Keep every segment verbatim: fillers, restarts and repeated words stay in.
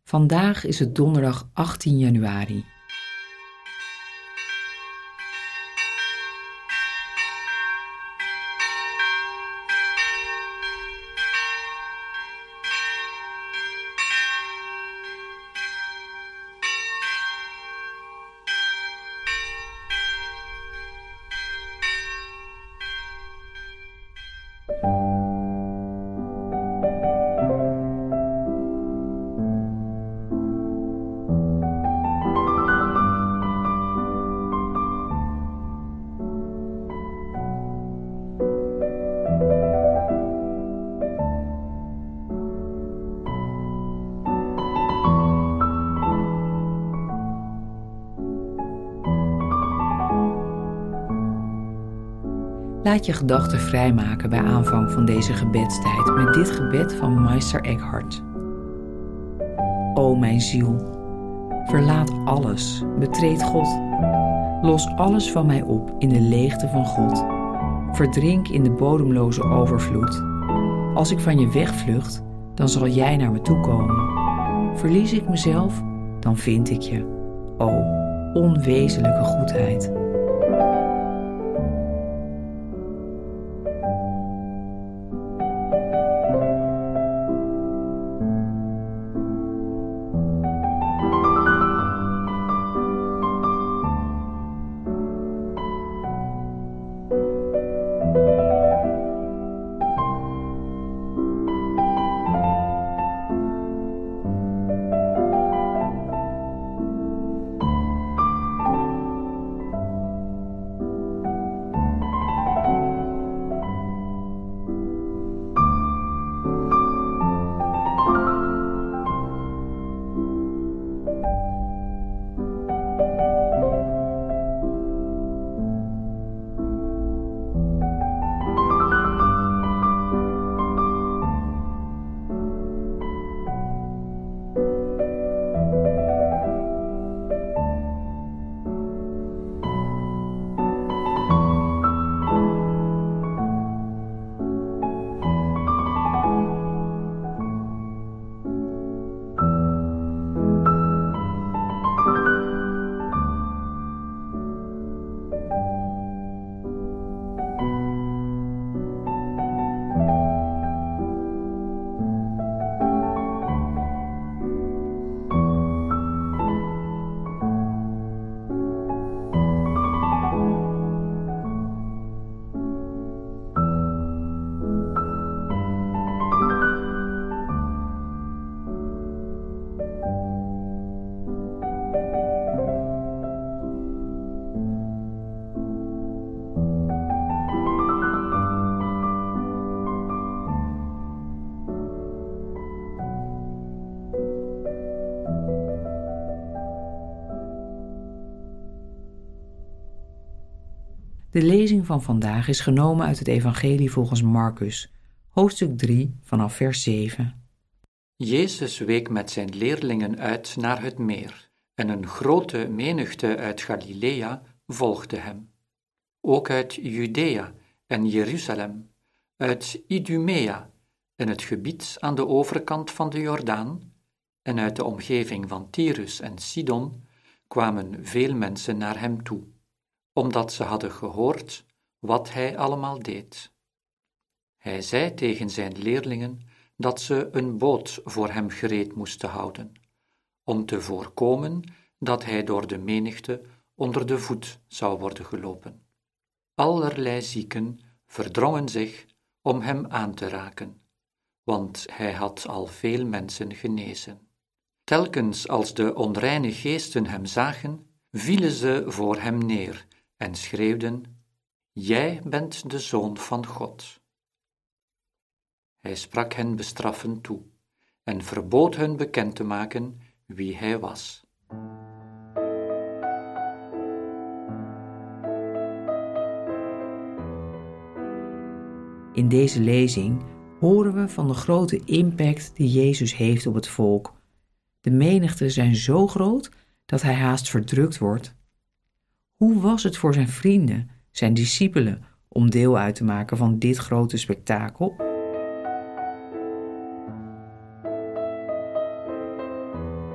Vandaag is het donderdag achttien januari. Laat je gedachten vrijmaken bij aanvang van deze gebedstijd met dit gebed van Meister Eckhart. O mijn ziel, verlaat alles, betreed God. Los alles van mij op in de leegte van God. Verdrink in de bodemloze overvloed. Als ik van je wegvlucht, dan zal jij naar me toe komen. Verlies ik mezelf, dan vind ik je. O, onwezenlijke goedheid. De lezing van vandaag is genomen uit het Evangelie volgens Marcus, hoofdstuk drie, vanaf vers zeven. Jezus week met zijn leerlingen uit naar het meer, en een grote menigte uit Galilea volgde hem. Ook uit Judea en Jeruzalem, uit Idumea en het gebied aan de overkant van de Jordaan, en uit de omgeving van Tyrus en Sidon kwamen veel mensen naar hem toe, omdat ze hadden gehoord wat hij allemaal deed. Hij zei tegen zijn leerlingen dat ze een boot voor hem gereed moesten houden, om te voorkomen dat hij door de menigte onder de voet zou worden gelopen. Allerlei zieken verdrongen zich om hem aan te raken, want hij had al veel mensen genezen. Telkens als de onreine geesten hem zagen, vielen ze voor hem neer en schreeuwden: Jij bent de Zoon van God. Hij sprak hen bestraffend toe en verbood hun bekend te maken wie hij was. In deze lezing horen we van de grote impact die Jezus heeft op het volk. De menigten zijn zo groot dat hij haast verdrukt wordt. Hoe was het voor zijn vrienden, zijn discipelen, om deel uit te maken van dit grote spektakel?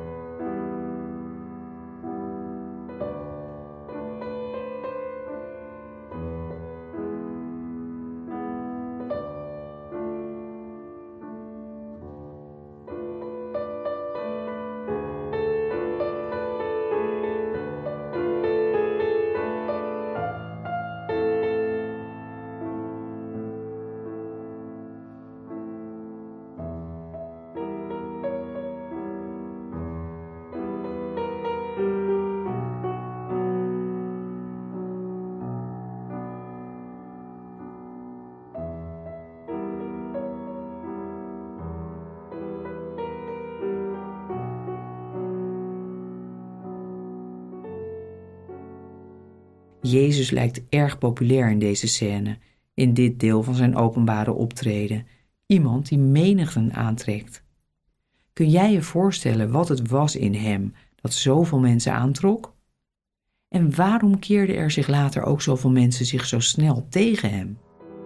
Jezus lijkt erg populair in deze scène, in dit deel van zijn openbare optreden. Iemand die menigten aantrekt. Kun jij je voorstellen wat het was in hem dat zoveel mensen aantrok? En waarom keerden er zich later ook zoveel mensen zich zo snel tegen hem?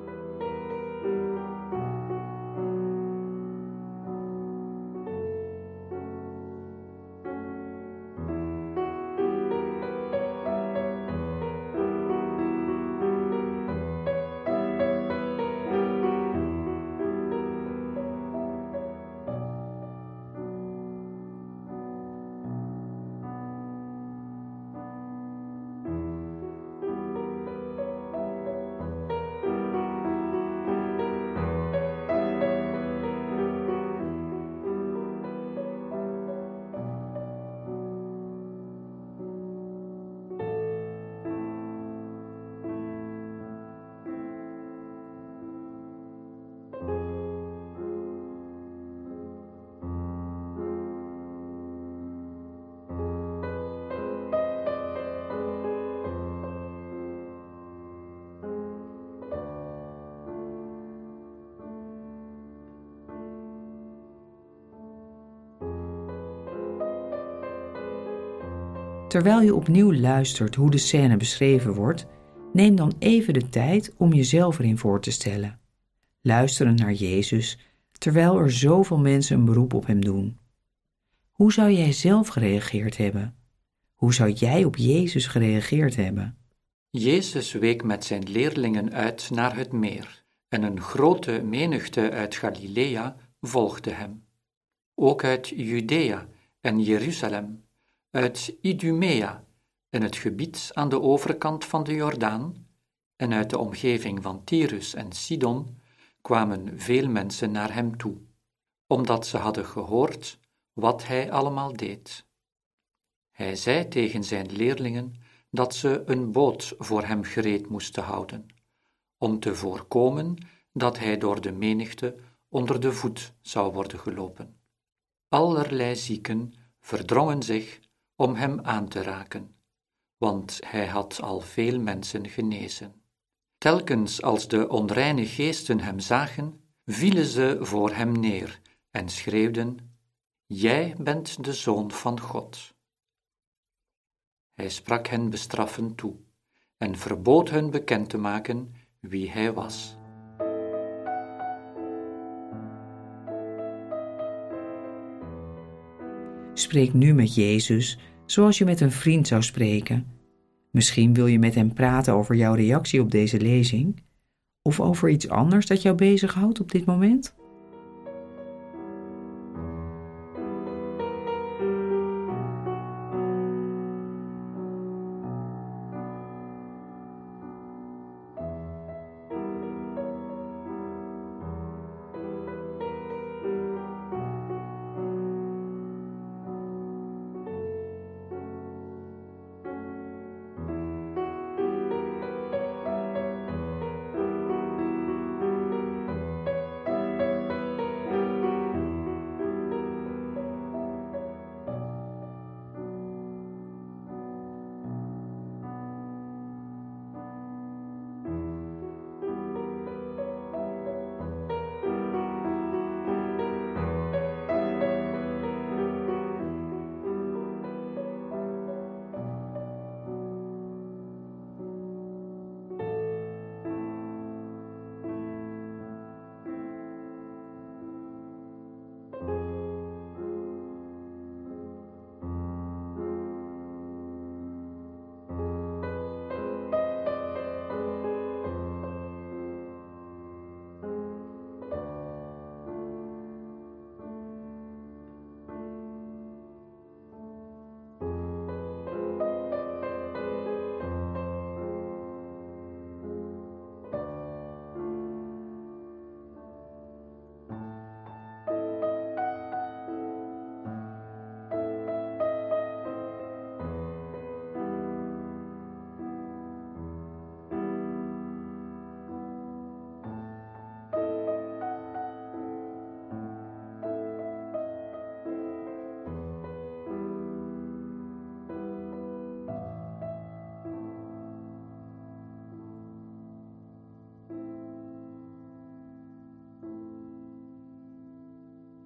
Terwijl je opnieuw luistert hoe de scène beschreven wordt, neem dan even de tijd om jezelf erin voor te stellen. Luisterend naar Jezus, terwijl er zoveel mensen een beroep op hem doen. Hoe zou jij zelf gereageerd hebben? Hoe zou jij op Jezus gereageerd hebben? Jezus week met zijn leerlingen uit naar het meer, en een grote menigte uit Galilea volgde hem. Ook uit Judea en Jeruzalem, uit Idumea en het gebied aan de overkant van de Jordaan, en uit de omgeving van Tyrus en Sidon kwamen veel mensen naar hem toe, omdat ze hadden gehoord wat hij allemaal deed. Hij zei tegen zijn leerlingen dat ze een boot voor hem gereed moesten houden, om te voorkomen dat hij door de menigte onder de voet zou worden gelopen. Allerlei zieken verdrongen zich om hem aan te raken, want hij had al veel mensen genezen. Telkens als de onreine geesten hem zagen, vielen ze voor hem neer en schreeuwden: Jij bent de Zoon van God. Hij sprak hen bestraffend toe en verbood hun bekend te maken wie hij was. Spreek nu met Jezus zoals je met een vriend zou spreken. Misschien wil je met hem praten over jouw reactie op deze lezing, of over iets anders dat jou bezighoudt op dit moment.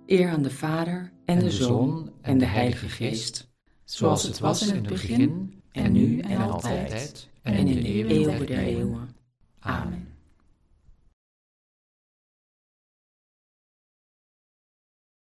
Eer aan de Vader en de Zoon en de Heilige Geest, zoals het was in het begin en nu en altijd en in de eeuwen der eeuwen.